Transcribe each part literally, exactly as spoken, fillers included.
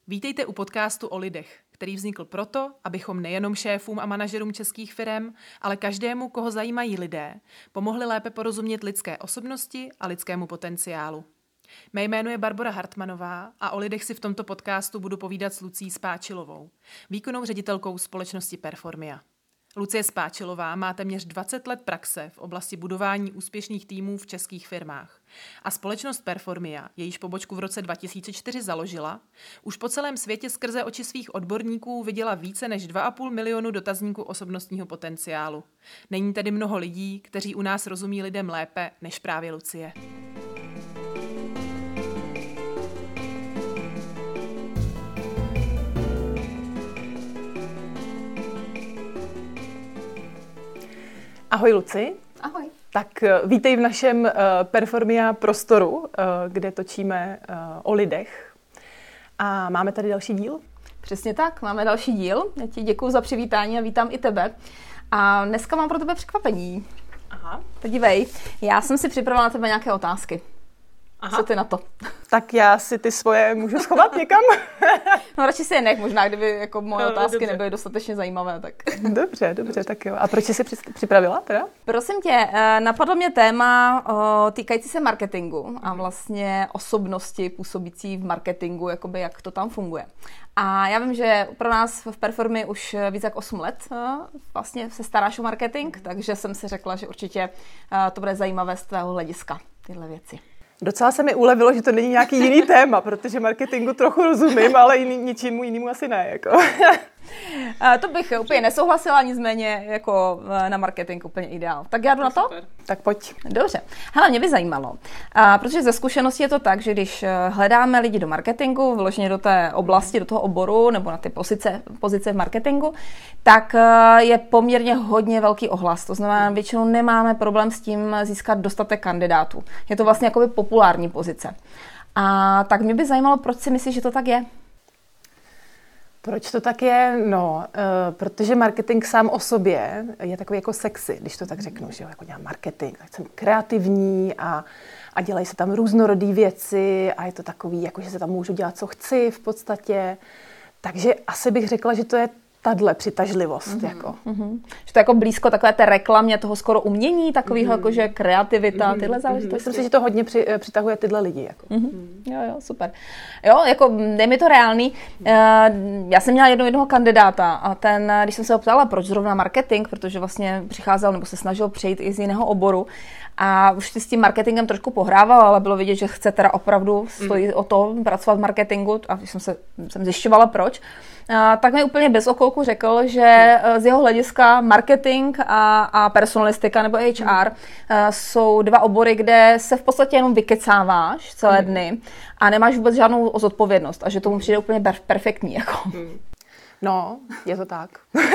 Vítejte u podcastu o lidech, který vznikl proto, abychom nejenom šéfům a manažerům českých firem, ale každému, koho zajímají lidé, pomohli lépe porozumět lidské osobnosti a lidskému potenciálu. Mé jméno je Barbora Hartmanová a o lidech si v tomto podcastu budu povídat s Lucí Spáčilovou, výkonnou ředitelkou společnosti Performia. Lucie Spáčilová má téměř dvacet let praxe v oblasti budování úspěšných týmů v českých firmách. A společnost Performia, jejíž pobočku v roce dva tisíce čtyři založila, už po celém světě skrze oči svých odborníků viděla více než dva a půl milionu dotazníků osobnostního potenciálu. Není tedy mnoho lidí, kteří u nás rozumí lidem lépe než právě Lucie. Ahoj Luci. Ahoj. Tak vítej v našem uh, Performia prostoru, uh, kde točíme uh, o lidech. A máme tady další díl? Přesně tak, máme další díl. Já ti děkuju za přivítání a vítám i tebe. A dneska mám pro tebe překvapení. Aha. Podívej, já jsem si připravila na tebe nějaké otázky. Aha. Co ty na to? Tak já si ty svoje můžu schovat někam? No radši si je nech, možná kdyby jako moje no, otázky dobře. nebyly dostatečně zajímavé. Tak. Dobře, dobře, tak jo. A proč jsi si připravila teda? Prosím tě, napadlo mě téma týkající se marketingu a vlastně osobnosti působící v marketingu, jakoby jak to tam funguje. A já vím, že pro nás v Performy už víc jak osm let vlastně se staráš o marketing, takže jsem si řekla, že určitě to bude zajímavé z tvého hlediska, tyhle věci. Docela se mi ulevilo, že to není nějaký jiný téma, protože marketingu trochu rozumím, ale jiný, ničemu jinému asi ne. Jako. To bych úplně nesouhlasila, nicméně jako na marketing úplně ideál. Tak já jdu na to? Super. Tak pojď. Dobře. Hele, mě by zajímalo, a protože ze zkušenosti je to tak, že když hledáme lidi do marketingu, vyloženě do té oblasti, do toho oboru nebo na ty pozice, pozice v marketingu, tak je poměrně hodně velký ohlas. To znamená, většinou nemáme problém s tím získat dostatek kandidátů. Je to vlastně jakoby populární pozice. A tak mě by zajímalo, proč si myslíš, že to tak je? Proč to tak je? No, uh, protože marketing sám o sobě je takový jako sexy, když to tak řeknu, že jo, jako dělám marketing, tak jsem kreativní a, a dělají se tam různorodé věci a je to takový, jako že se tam můžu dělat, co chci v podstatě. Takže asi bych řekla, že to je tahle přitažlivost. Mm-hmm. Jako. Mm-hmm. Že to je jako blízko takové té reklamě, toho skoro umění, takového mm-hmm. jakože kreativita, mm-hmm. tyhle záležitosti. Myslím si, že to hodně při, přitahuje tyhle lidi. Jako. Mm-hmm. Jo, jo, super. Jo, jako je mi to reálný. Mm-hmm. Já jsem měla jednou jednoho kandidáta a ten, když jsem se ho ptala, proč zrovna marketing, protože vlastně přicházel nebo se snažil přejít i z jiného oboru a už s tím marketingem trošku pohrával, ale bylo vidět, že chce teda opravdu stojí mm-hmm. o to pracovat v marketingu a když jsem se jsem zjišťovala proč, a tak mi úplně bez okolku řekl, že z jeho hlediska marketing a, a personalistika nebo H R jsou dva obory, kde se v podstatě jenom vykecáváš celé dny a nemáš vůbec žádnou zodpovědnost a že tomu přijde úplně perfektní. Jako. No, je to tak.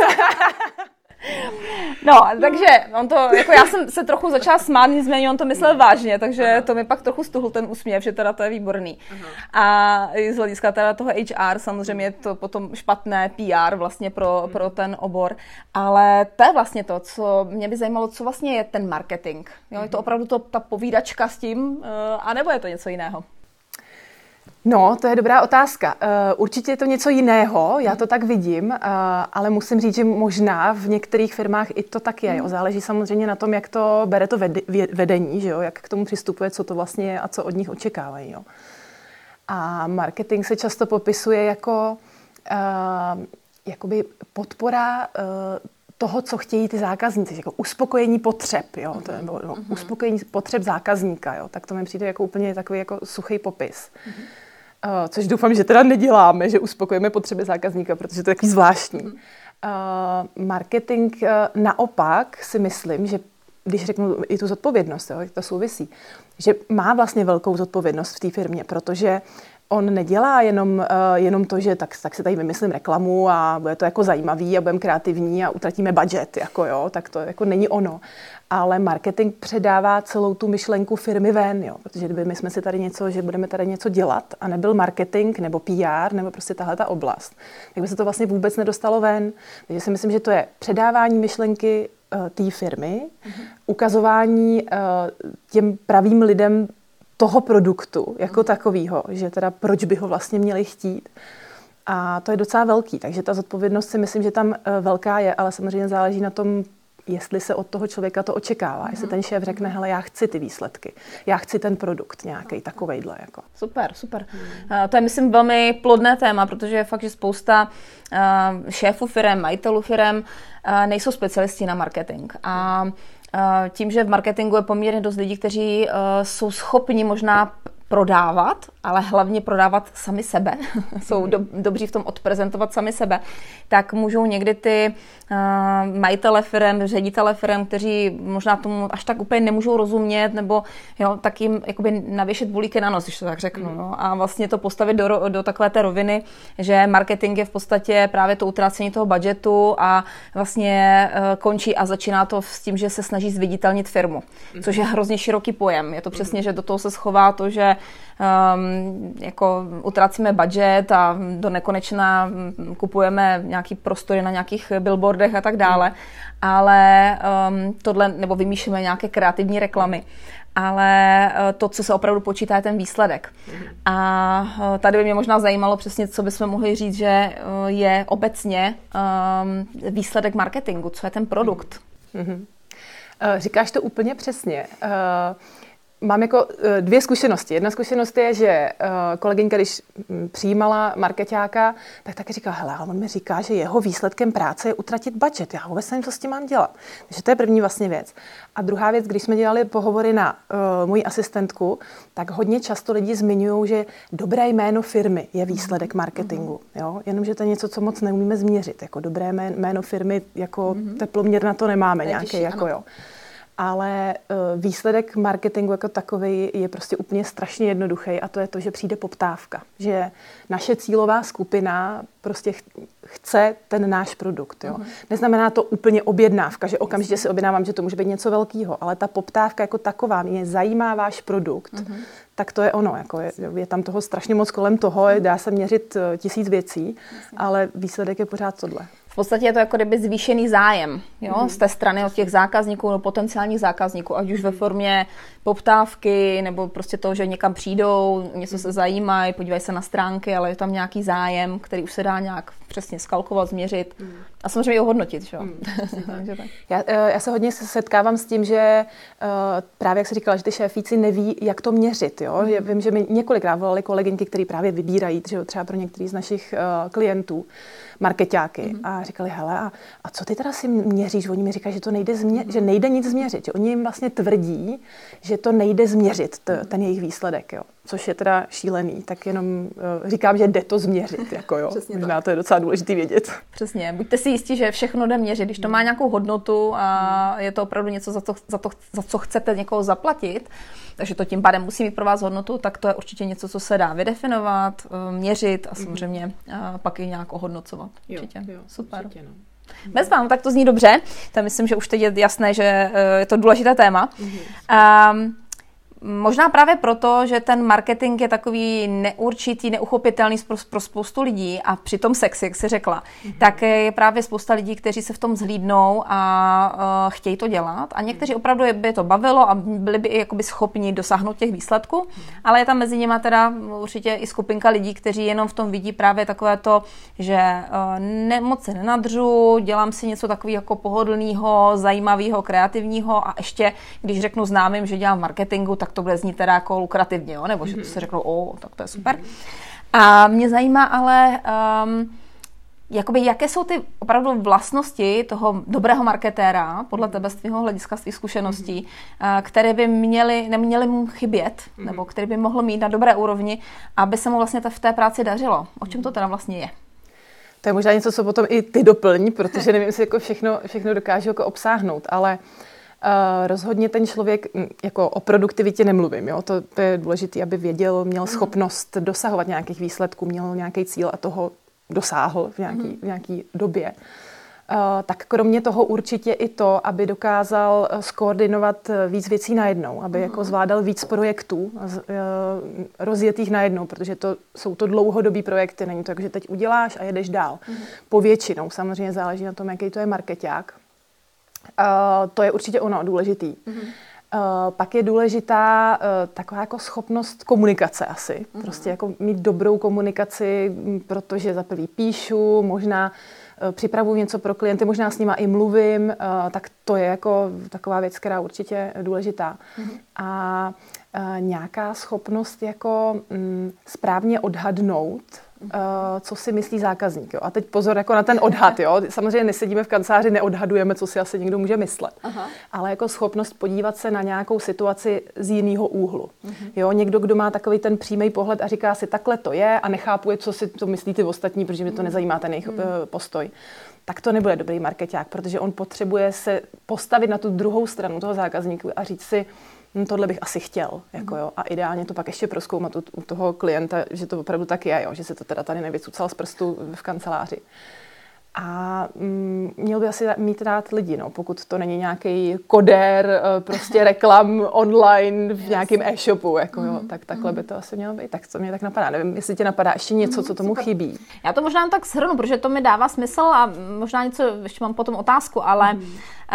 No, takže on to, jako já jsem se trochu začala smát, nicméně on to myslel vážně, takže aha. to mi pak trochu stuhl ten úsměv, že teda to je výborný. Aha. A z hlediska teda toho H R samozřejmě je to potom špatné P R vlastně pro, hmm. pro ten obor, ale to je vlastně to, co mě by zajímalo, co vlastně je ten marketing. Jo, je to opravdu to, ta povídačka s tím, anebo je to něco jiného? No, to je dobrá otázka. Určitě je to něco jiného, já to tak vidím, ale musím říct, že možná v některých firmách i to tak je. Jo. Záleží samozřejmě na tom, jak to bere to vedení, že jo? Jak k tomu přistupuje, co to vlastně je a co od nich očekávají. Jo. A marketing se často popisuje jako uh, jakoby podpora uh, toho, co chtějí ty zákazníci, jako uspokojení potřeb, jo? To je, no, uspokojení potřeb zákazníka, jo? Tak to mi přijde jako úplně takový jako suchý popis. Uh-huh. Uh, což doufám, že teda neděláme, že uspokojíme potřeby zákazníka, protože to je takový zvláštní. Uh, marketing uh, naopak si myslím, že když řeknu i tu zodpovědnost, jo, jak to souvisí, že má vlastně velkou zodpovědnost v té firmě, protože on nedělá jenom, uh, jenom to, že tak, tak si tady vymyslím reklamu a bude to jako zajímavý a budeme kreativní a utratíme budget, jako jo, tak to jako není ono. Ale marketing předává celou tu myšlenku firmy ven, jo, protože kdyby my jsme si tady něco, že budeme tady něco dělat a nebyl marketing nebo P R nebo prostě tahle ta oblast, tak by se to vlastně vůbec nedostalo ven. Takže si myslím, že to je předávání myšlenky uh, té firmy, mm-hmm. ukazování uh, těm pravým lidem toho produktu jako takového, že teda proč by ho vlastně měli chtít. A to je docela velký, takže ta zodpovědnost si myslím, že tam velká je, ale samozřejmě záleží na tom, jestli se od toho člověka to očekává. Mm-hmm. Jestli ten šéf řekne, hele, já chci ty výsledky, já chci ten produkt nějaký takovejhle. Jako. Super, super. Mm. Uh, to je, myslím, velmi plodné téma, protože je fakt, že spousta uh, šéfů firem, majitelů firem uh, nejsou specialisti na marketing. A uh, tím, že v marketingu je poměrně dost lidí, kteří uh, jsou schopni možná prodávat, ale hlavně prodávat sami sebe, jsou do, dobří v tom odprezentovat sami sebe, tak můžou někdy ty uh, majitele firem, ředitele firem, kteří možná tomu až tak úplně nemůžou rozumět, nebo jo, tak jim jakoby navěšet bulíky na nos, když to tak řeknu. Mm. No, a vlastně to postavit do, do takové té roviny, že marketing je v podstatě právě to utrácení toho budgetu a vlastně uh, končí a začíná to s tím, že se snaží zviditelnit firmu, mm. což je hrozně široký pojem. Je to přesně, že do toho se schová to, že Um, jako utracíme budget a do nekonečna kupujeme nějaký prostory na nějakých billboardech a tak dále, ale um, tohle, nebo vymýšlíme nějaké kreativní reklamy. Ale to, co se opravdu počítá, je ten výsledek. A tady by mě možná zajímalo přesně, co bychom mohli říct, že je obecně um, výsledek marketingu, co je ten produkt. Mm-hmm. Říkáš to úplně přesně. Uh... Mám jako dvě zkušenosti. Jedna zkušenost je, že kolegyňka, když přijímala markeťáka, tak taky říkala, hele, on mi říká, že jeho výsledkem práce je utratit budget. Já vůbec nevím, co s tím mám dělat. Takže to je první vlastně věc. A druhá věc, když jsme dělali pohovory na uh, moji asistentku, tak hodně často lidi zmiňují, že dobré jméno firmy je výsledek marketingu. Jo? Jenomže to je něco, co moc neumíme změřit. Jako dobré jméno firmy, jako mm-hmm. teploměr na to nemáme nějaký. Jako, jo. Ale uh, výsledek marketingu jako takový je prostě úplně strašně jednoduchý a to je to, že přijde poptávka. Že naše cílová skupina prostě ch- chce ten náš produkt. Jo. Uh-huh. Neznamená to úplně objednávka, že okamžitě si objednávám, že to může být něco velkého, ale ta poptávka jako taková, mě zajímá váš produkt, uh-huh. tak to je ono. Jako je, je tam toho strašně moc kolem toho, dá se měřit uh, tisíc věcí, uh-huh. ale výsledek je pořád tohle. V podstatě je to jako kdyby zvýšený zájem, jo, mm. z té strany od těch zákazníků nebo potenciálních zákazníků, ať už ve formě poptávky nebo prostě toho, že někam přijdou, něco se zajímají, podívají se na stránky, ale je tam nějaký zájem, který už se dá nějak přesně skalkovat, změřit mm. a samozřejmě i ohodnotit. Že? Mm. Takže tak. Já, já se hodně setkávám s tím, že právě jak jsi říkala, že ty šéfíci neví, jak to měřit. Jo? Mm. Já vím, že mi několikrát volali kolegyňky, který právě vybírají, že třeba pro některý z našich uh, klientů, markeťáky mm-hmm. a říkali, hele, a, a co ty teda si měříš? Oni mi říkají, že to nejde změ- mm-hmm. že nejde nic změřit. Že oni jim vlastně tvrdí, že to nejde změřit, t- ten jejich výsledek, jo. Což je teda šílený, tak jenom uh, říkám, že jde to změřit, jako jo. Možná to je docela důležité vědět. Přesně, buďte si jistí, že všechno jde měřit, když to má nějakou hodnotu a je to opravdu něco, za, to, za, to, za co chcete někoho zaplatit, takže to tím pádem musí mít pro vás hodnotu, tak to je určitě něco, co se dá vydefinovat, měřit a samozřejmě a pak i nějak ohodnocovat. Určitě. Jo, jo, super. Určitě, no. Bez vám, tak to zní dobře. Tak myslím, že už teď je jasné, že je to důležité téma. Mm-hmm. Um, Možná právě proto, že ten marketing je takový neurčitý, neuchopitelný pro, pro spoustu lidí a přitom sexy, jak jsi řekla, mm-hmm. tak je právě spousta lidí, kteří se v tom zhlídnou a uh, chtějí to dělat a někteří opravdu by to bavilo a byli by i jakoby schopni dosáhnout těch výsledků, mm-hmm. ale je tam mezi nimi teda určitě i skupinka lidí, kteří jenom v tom vidí právě takové to, že uh, ne, moc se nenadřu, dělám si něco takového jako pohodlného, zajímavého, kreativního a ještě, když řeknu známým, že dělám marketingu, tak to bude znít teda jako lukrativně, jo? Nebo že to se řeklo, o, tak to je super. A mě zajímá ale, um, jakoby, jaké jsou ty opravdu vlastnosti toho dobrého marketéra, podle tebe z tvého hlediska, z tvých zkušeností, uh, které by měly, neměly mu chybět, nebo které by mohl mít na dobré úrovni, aby se mu vlastně v té práci dařilo. O čem to teda vlastně je? To je možná něco, co potom i ty doplň, protože nevím, jestli jako všechno, všechno dokážu jako obsáhnout, ale Uh, rozhodně ten člověk, jako o produktivitě nemluvím, jo? To, to je důležité, aby věděl, měl schopnost dosahovat nějakých výsledků, měl nějaký cíl a toho dosáhl v nějaké v nějaký době. Uh, tak kromě toho určitě i to, aby dokázal skoordinovat víc věcí najednou, aby jako zvládal víc projektů uh, rozjetých najednou, protože to jsou to dlouhodobý projekty, není to tak, že teď uděláš a jedeš dál. Povětšinou samozřejmě záleží na tom, jaký to je markeťák. Uh, to je určitě ono důležitý. Mm-hmm. Pak je důležitá taková jako schopnost komunikace asi. Mm-hmm. Prostě jako mít dobrou komunikaci, protože za prvý píšu, možná připravuju něco pro klienty, možná s nima i mluvím, tak to je jako taková věc, která určitě je důležitá. Mm-hmm. A nějaká schopnost jako m, správně odhadnout, uh, co si myslí zákazník. Jo. A teď pozor jako na ten odhad. Jo. Samozřejmě nesedíme v kanceláři, neodhadujeme, co si asi někdo může myslet. Aha. Ale jako schopnost podívat se na nějakou situaci z jiného úhlu. Uh-huh. Jo. Někdo, kdo má takový ten přímý pohled a říká si, takhle to je a nechápuje, co si to myslí ty ostatní, protože mě to nezajímá ten jejich uh, postoj. Tak to nebude dobrý markeťák, protože on potřebuje se postavit na tu druhou stranu toho zákazníku a říct si, no, tohle bych asi chtěl. Jako, jo. A ideálně to pak ještě prozkoumat u, u toho klienta, že to opravdu tak je, jo, že se to teda tady nevycucal z prstu v kanceláři. A mm, měl by asi mít rád lidi, no, pokud to není nějaký kodér, prostě reklam online v nějakém e-shopu, jako, jo, tak takhle by to asi mělo být. Tak co mě tak napadá. Nevím, jestli tě napadá ještě něco, co tomu chybí. Já to možná tak shrnu, protože to mi dává smysl a možná něco, ještě mám potom otázku, ale um,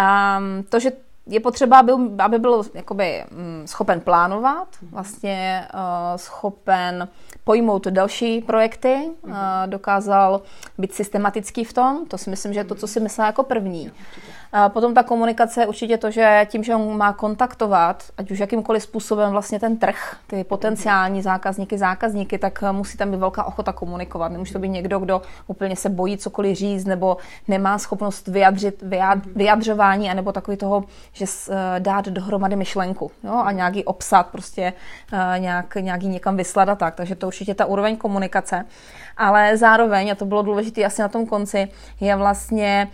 to, že je potřeba, aby, aby byl jakoby, mm, schopen plánovat, vlastně uh, schopen pojmout další projekty, uh, dokázal být systematický v tom, to si myslím, že je to, co si myslela jako první. Uh, potom ta komunikace je určitě to, že tím, že on má kontaktovat, ať už jakýmkoliv způsobem vlastně ten trh, ty potenciální zákazníky, zákazníky, tak uh, musí tam být velká ochota komunikovat. Nemůže to být někdo, kdo úplně se bojí cokoliv říct, nebo nemá schopnost vyjadřit, vyjad, vyjadřování, anebo takový toho, že uh, dát dohromady myšlenku, jo, a nějaký obsat, prostě uh, nějak, nějaký někam vyslat a tak. Takže to určitě ta úroveň komunikace. Ale zároveň, a to bylo důležité asi na tom konci, je vlastně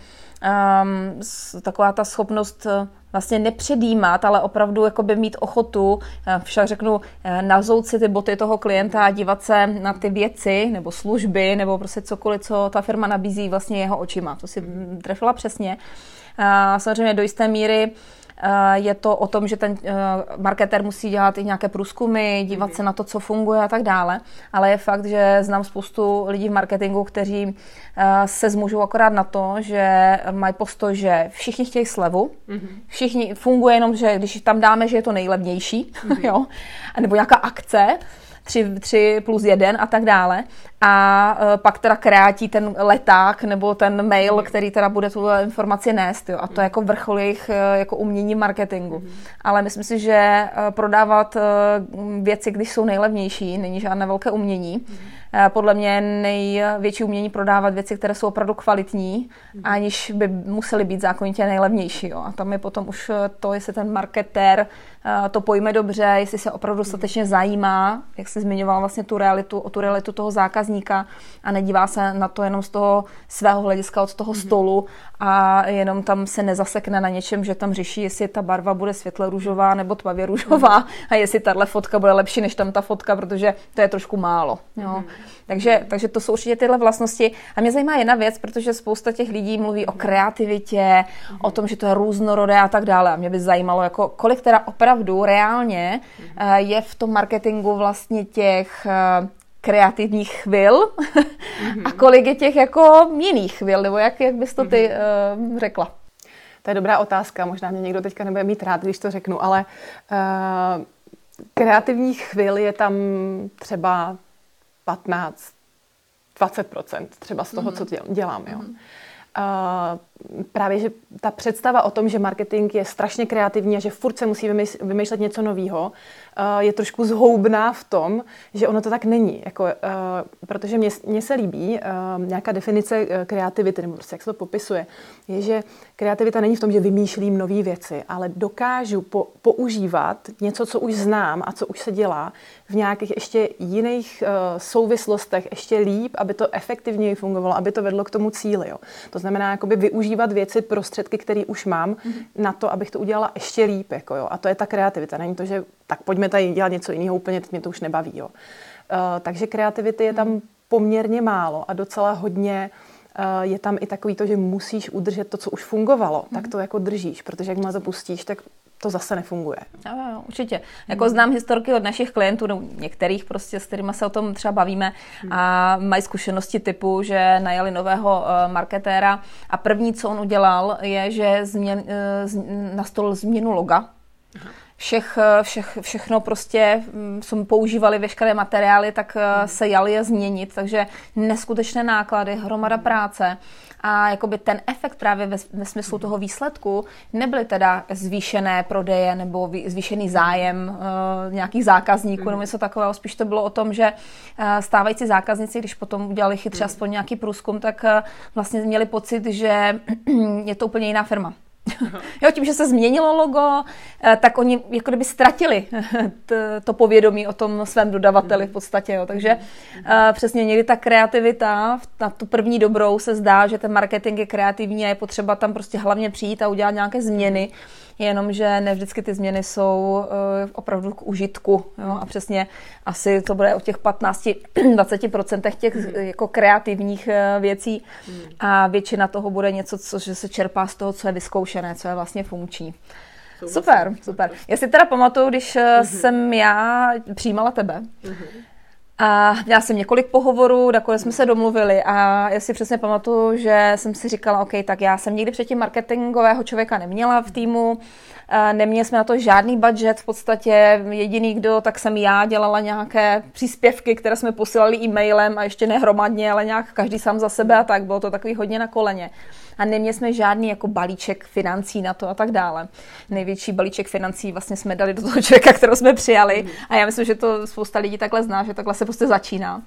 Um, taková ta schopnost uh, vlastně nepředjímat, ale opravdu jakoby mít ochotu, uh, však řeknu, uh, nazout si ty boty toho klienta a dívat se na ty věci nebo služby nebo prostě cokoliv, co ta firma nabízí vlastně jeho očima. To si trefila přesně. Uh, samozřejmě do jisté míry je to o tom, že ten marketér musí dělat i nějaké průzkumy, dívat se na to, co funguje a tak dále. Ale je fakt, že znám spoustu lidí v marketingu, kteří se zmůžou akorát na to, že mají postoj, že všichni chtějí slevu, všichni funguje jenom, že když tam dáme, že je to nejlevnější, jo, nebo nějaká akce, tři plus jeden a tak dále. A e, pak teda krátí ten leták nebo ten mail, který teda bude tu informaci nést. Jo. A to je jako vrchol jejich e, jako umění marketingu. Mm. Ale myslím si, že e, prodávat e, věci, když jsou nejlevnější, není žádné velké umění. Mm. E, podle mě je největší umění prodávat věci, které jsou opravdu kvalitní, mm. aniž by musely být zákonitě nejlevnější. Jo. A tam je potom už to, jestli ten marketér e, to pojme dobře, jestli se opravdu dostatečně zajímá, jak jsi zmiňovala vlastně tu realitu, o tu realitu toho zákazníka, a nedívá se na to jenom z toho svého hlediska od toho stolu a jenom tam se nezasekne na něčem, že tam řeší, jestli ta barva bude světle růžová nebo tmavě růžová a jestli tahle fotka bude lepší než tam ta fotka, protože to je trošku málo. Jo. Takže, takže to jsou určitě tyhle vlastnosti. A mě zajímá jedna věc, protože spousta těch lidí mluví o kreativitě, o tom, že to je různorodé a tak dále. A mě by zajímalo, jako, kolik teda opravdu reálně je v tom marketingu vlastně těch kreativních chvil mm-hmm. a kolik je těch jako jiných chvil, nebo jak, jak bys to ty mm-hmm. uh, řekla? To je dobrá otázka, možná mě někdo teďka nebude mít rád, když to řeknu, ale uh, kreativních chvil je tam třeba patnáct dvacet procent třeba z toho, mm-hmm. co dělám. Jo. Mm-hmm. Uh, právě, že ta představa o tom, že marketing je strašně kreativní a že furt se musí vymýšlet něco nového, uh, je trošku zhoubná v tom, že ono to tak není. Jako, uh, protože mně, mně se líbí uh, nějaká definice kreativity, nebo prostě jak se to popisuje, je, že kreativita není v tom, že vymýšlím nové věci, ale dokážu po, používat něco, co už znám a co už se dělá v nějakých ještě jiných uh, souvislostech ještě líp, aby to efektivněji fungovalo, aby to vedlo k tomu cíli. Jo. To znamená jakoby využívat věci, prostředky, které už mám, mm-hmm. na to, abych to udělala ještě líp. Jako jo. A to je ta kreativita. Není to, že tak pojďme tady dělat něco jiného, úplně teď mě to už nebaví. Jo. Uh, takže kreativity je tam poměrně málo a docela hodně uh, je tam i takový to, že musíš udržet to, co už fungovalo, mm-hmm. tak to jako držíš, protože jak má zapustíš, tak to zase nefunguje. Jo, jo, určitě. Jako hmm. znám historky od našich klientů, no, některých prostě, s kterými se o tom třeba bavíme hmm. a mají zkušenosti typu, že najali nového uh, marketéra a první, co on udělal, je, že změn, uh, z, nastolil změnu loga. Aha. všech, všech, všechno prostě jsme používali veškeré materiály, tak se jali je změnit, takže neskutečné náklady, hromada práce a jakoby ten efekt právě ve, ve smyslu toho výsledku nebyly teda zvýšené prodeje nebo vý, zvýšený zájem uh, nějakých zákazníků nebo něco takového, spíš to bylo o tom, že uh, stávající zákazníci, když potom udělali chytře aspoň nějaký průzkum, tak uh, vlastně měli pocit, že je to úplně jiná firma. Jo, tím, že se změnilo logo, tak oni jako kdyby ztratili to povědomí o tom svém dodavateli v podstatě. Jo. Takže přesně někdy ta kreativita, na tu první dobrou se zdá, že ten marketing je kreativní a je potřeba tam prostě hlavně přijít a udělat nějaké změny, jenomže ne vždycky ty změny jsou opravdu k užitku. Jo. A přesně asi to bude o těch patnáct až dvacet procent těch jako kreativních věcí a většina toho bude něco, co že se čerpá z toho, co je vyzkoušené, co je vlastně funkční. Super, super. Já si teda pamatuju, když uh-huh. jsem já přijímala tebe. Uh-huh. A měla jsem několik pohovorů, nakonec jsme se domluvili a já si přesně pamatuju, že jsem si říkala, OK, tak já jsem nikdy předtím marketingového člověka neměla v týmu, neměli jsme na to žádný budget, v podstatě jediný kdo, tak jsem já dělala nějaké příspěvky, které jsme posílali e-mailem a ještě nehromadně, ale nějak každý sám za sebe a tak, bylo to takový hodně na koleně. A neměli jsme žádný jako balíček financí na to a tak dále. Největší balíček financí vlastně jsme dali do toho člověka, kterého jsme přijali a já myslím, že to spousta lidí takhle zná, že takhle se prostě začíná.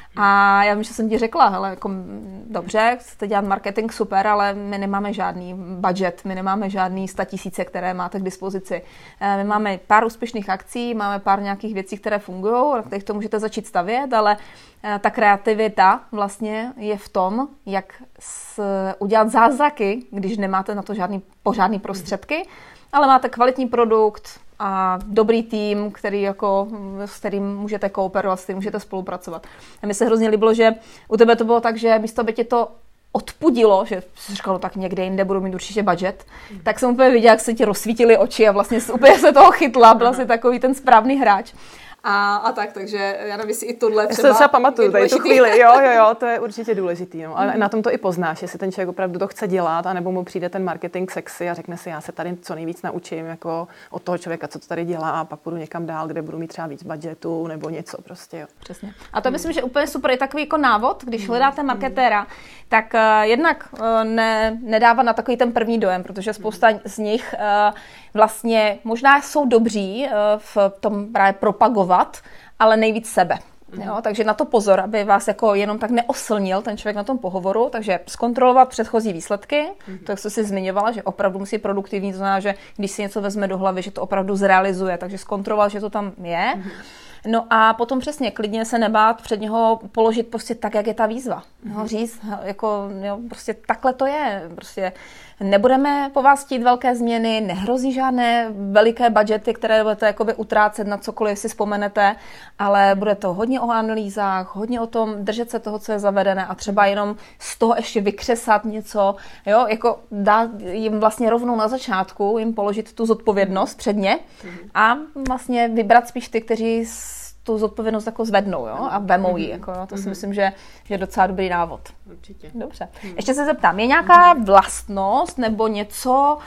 A já vím, že jsem ti řekla, hele, jako, dobře, chcete dělat marketing, super, ale my nemáme žádný budget, my nemáme žádný statisíce, které máte k dispozici. My máme pár úspěšných akcí, máme pár nějakých věcí, které fungují, na kterých to můžete začít stavět, ale ta kreativita vlastně je v tom, jak s, udělat zázraky, když nemáte na to žádný pořádný prostředky, ale máte kvalitní produkt, a dobrý tým, který jako, s kterým můžete kooperovat, s kterým můžete spolupracovat. A mi se hrozně líbilo, že u tebe to bylo tak, že místo by tě to odpudilo, že jsi říkal, no tak někde jinde budu mít určitě budget, mm. tak jsem úplně viděla, jak se ti rozsvítily oči a vlastně úplně se toho chytla, byl jsi takový ten správný hráč. A, a tak, takže já nevím, jestli i tohle třeba... Já se třeba pamatuju tady tu chvíli, jo, jo, jo, to je určitě důležitý, no. Ale mm. na tom to i poznáš, jestli ten člověk opravdu to chce dělat, anebo mu přijde ten marketing sexy a řekne si, já se tady co nejvíc naučím jako od toho člověka, co to tady dělá a pak půjdu někam dál, kde budu mít třeba víc budgetu nebo něco prostě, jo. Přesně. A to mm. myslím, že úplně super je takový jako návod, když hledáte marketéra, mm. tak uh, jednak uh, ne, nedává na takový ten první dojem, protože spousta mm. z nich uh, vlastně možná jsou dobří uh, v tom právě propagovat, ale nejvíc sebe. Jo, takže na to pozor, aby vás jako jenom tak neoslnil ten člověk na tom pohovoru, takže zkontrolovat předchozí výsledky, mm-hmm. to, jak jsi si zmiňovala, že opravdu musí produktivní, to znamená, že když si něco vezme do hlavy, že to opravdu zrealizuje, takže zkontrolovat, že to tam je. Mm-hmm. No a potom přesně klidně se nebát před něho položit prostě tak, jak je ta výzva. No, říct, jako, jo, prostě takhle to je. Prostě nebudeme po vás chtít velké změny, nehrozí žádné veliké budgety, které budete jakoby utrácet na cokoliv, si vzpomenete, ale bude to hodně o analýzách, hodně o tom držet se toho, co je zavedené a třeba jenom z toho ještě vykřesat něco, jo, jako dát jim vlastně rovnou na začátku, jim položit tu zodpovědnost před ně a vlastně vybrat spíš ty, kteří tu zodpovědnost jako zvednou, jo, a vemou ji, jako, jo. To si myslím, že je docela dobrý návod. Určitě. Dobře. Ještě se zeptám, je nějaká vlastnost nebo něco,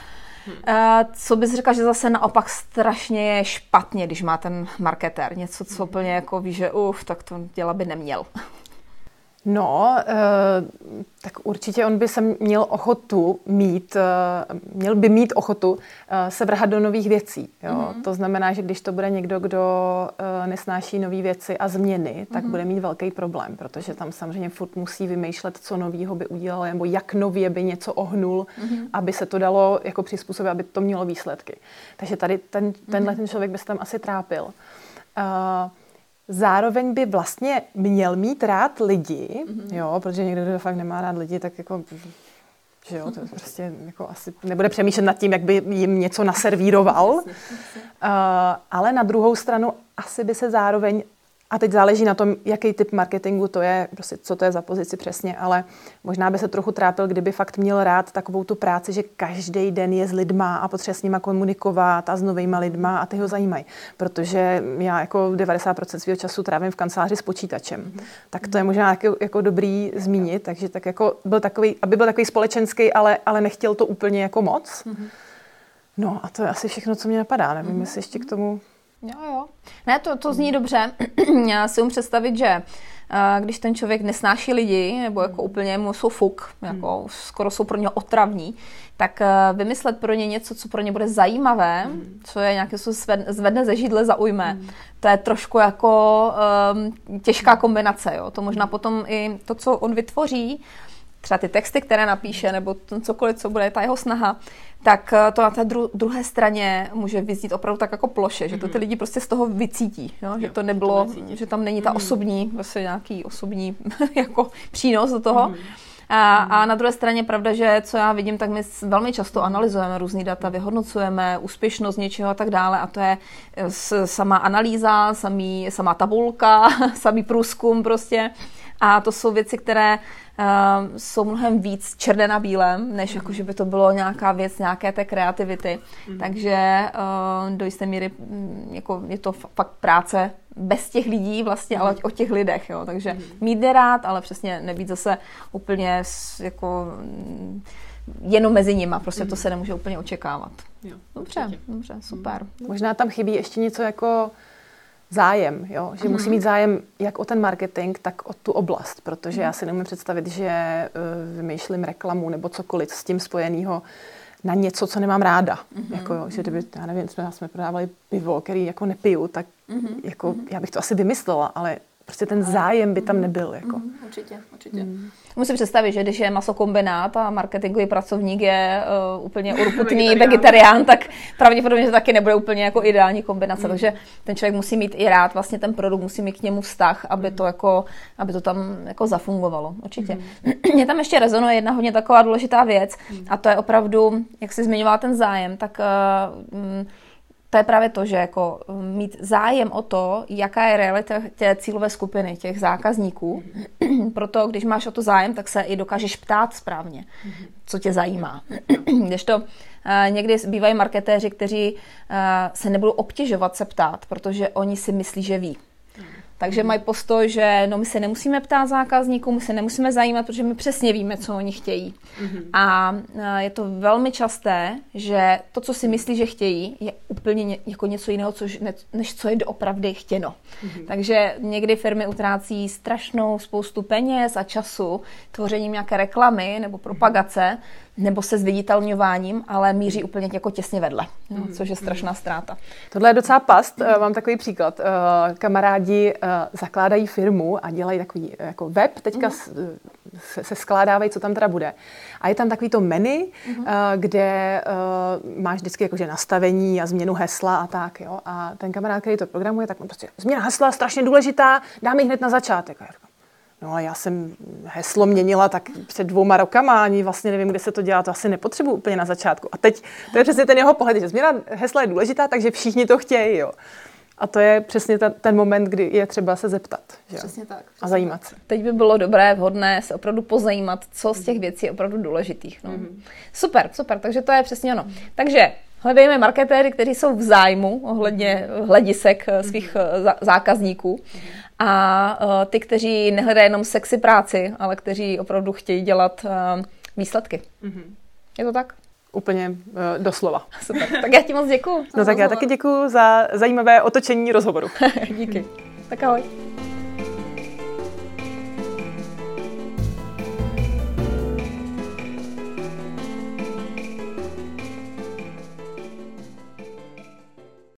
co bys řekla, že zase naopak strašně je špatně, když má ten marketér? Něco, co úplně jako ví, že uf, tak to dělat by neměl. No, tak určitě on by se měl ochotu mít, měl by mít ochotu se vrhat do nových věcí. Jo? Mm-hmm. To znamená, že když to bude někdo, kdo nesnáší nové věci a změny, tak mm-hmm. bude mít velký problém, protože tam samozřejmě furt musí vymýšlet, co novýho by udělal, nebo jak nově by něco ohnul, mm-hmm. aby se to dalo jako přizpůsobit, aby to mělo výsledky. Takže tady ten, tenhle mm-hmm. ten člověk by se tam asi trápil. Uh, Zároveň by vlastně měl mít rád lidi, mm-hmm. jo, protože někdo, kdo fakt nemá rád lidi, tak jako, že jo, to prostě jako asi nebude přemýšlet nad tím, jak by jim něco naservíroval. Uh, ale na druhou stranu asi by se zároveň, a teď záleží na tom, jaký typ marketingu to je, prostě co to je za pozici přesně, ale možná by se trochu trápil, kdyby fakt měl rád takovou tu práci, že každý den je s lidma a potřebuje s nima komunikovat a s novejma lidma a ty ho zajímají. Protože já jako devadesát procent svého času trávím v kanceláři s počítačem. Mm-hmm. Tak to je možná jako, jako dobrý zmínit, takže tak jako byl takový, aby byl takový společenský, ale, ale nechtěl to úplně jako moc. Mm-hmm. No a to je asi všechno, co mě napadá. Nevím, mm. jestli ještě k tomu... Jo, jo. Ne, to, to zní dobře. Já si umím představit, že když ten člověk nesnáší lidi, nebo jako úplně mu jsou fuk, jako skoro jsou pro něho otravní, tak vymyslet pro ně něco, co pro ně bude zajímavé, co je nějaké, co zvedne ze židle, zaujme, to je trošku jako um, těžká kombinace. Jo. To možná potom i to, co on vytvoří, třeba ty texty, které napíše, nebo cokoliv, co bude ta jeho snaha, tak to na té dru- druhé straně může vyznít opravdu tak jako ploše, že to ty lidi prostě z toho vycítí, jo? Že to nebylo, to že tam není ta osobní, vlastně nějaký osobní jako přínos do toho. A, a na druhé straně pravda, že co já vidím, tak my velmi často analyzujeme různý data, vyhodnocujeme úspěšnost něčeho a tak dále a to je sama analýza, samý, sama tabulka, samý průzkum prostě. A to jsou věci, které uh, jsou mnohem víc černé na bílém, než jako, že by to bylo nějaká věc, nějaké té kreativity. Mm. Takže uh, do jisté míry jako je to fakt práce bez těch lidí vlastně, ale o těch lidech. Jo. Takže mm. mít je rád, ale přesně nebýt zase úplně jako jenom mezi nima. Prostě mm. to se nemůže úplně očekávat. Jo, dobře, určitě. Dobře, super. Mm. Možná tam chybí ještě něco jako zájem, jo? Že mm. musí mít zájem jak o ten marketing, tak o tu oblast, protože mm. já si neumím představit, že uh, vymýšlím reklamu nebo cokoliv s tím spojenýho na něco, co nemám ráda. Mm. Jako, jo, že kdyby, já nevím, jsme, jsme prodávali pivo, který jako nepiju, tak mm. jako, já bych to asi vymyslela, ale prostě ten zájem by tam nebyl. Jako. Mm. Určitě, určitě. Mm. Musím představit, že když je masokombinát a marketingový pracovník je uh, úplně urputný vegetarián, tak pravděpodobně to taky nebude úplně jako ideální kombinace. Mm. Takže ten člověk musí mít i rád vlastně ten produkt, musí mít k němu vztah, aby to, jako, aby to tam jako zafungovalo. Určitě. Mm. Mně tam ještě rezonuje jedna hodně taková důležitá věc mm. a to je opravdu, jak jsi zmiňovala ten zájem, tak uh, mm, to je právě to, že jako mít zájem o to, jaká je realita té cílové skupiny, těch zákazníků. Proto, když máš o to zájem, tak se i dokážeš ptát správně, co tě zajímá. Kdežto uh, někdy bývají marketéři, kteří uh, se nebudou obtěžovat se ptát, protože oni si myslí, že ví. Takže mají postoj, že no, my se nemusíme ptát zákazníků, my se nemusíme zajímat, protože my přesně víme, co oni chtějí. Mm-hmm. A je to velmi časté, že to, co si myslí, že chtějí, je úplně ně, jako něco jiného, což, ne, než co je doopravdy chtěno. Mm-hmm. Takže někdy firmy utrácí strašnou spoustu peněz a času tvořením nějaké reklamy nebo propagace, mm-hmm. nebo se zviditelňováním, ale míří úplně jako těsně vedle, no, což je strašná ztráta. Tohle je docela past. Mám takový příklad. Kamarádi zakládají firmu a dělají takový jako web, teďka mm. se skládávají, co tam teda bude. A je tam takový to menu, mm. kde máš vždycky jakože nastavení a změnu hesla a tak. Jo? A ten kamarád, který to programuje, tak on prostě změna hesla strašně důležitá, dáme ji hned na začátek. No a já jsem heslo měnila tak před dvouma rokama, ani vlastně nevím, kde se to dělá, to asi nepotřebuji úplně na začátku. A teď to je přesně ten jeho pohled, že změna hesla je důležitá, takže všichni to chtějí, jo. A to je přesně ta, ten moment, kdy je třeba se zeptat. Že? Přesně tak. Přesně a zajímat se. Teď by bylo dobré, vhodné se opravdu pozajímat, co z těch věcí je opravdu důležitých. No. Mm-hmm. Super, super, takže to je přesně ono. Takže hledejme marketéry, kteří jsou v zájmu ohledně hledisek svých mm-hmm. zákazníků. Mm-hmm. A uh, ty, kteří nehledají jenom sexy práci, ale kteří opravdu chtějí dělat uh, výsledky. Mm-hmm. Je to tak? Úplně uh, doslova. Super. Tak já ti moc děkuju. No tak já taky děkuju za zajímavé otočení rozhovoru. Díky. Tak ahoj.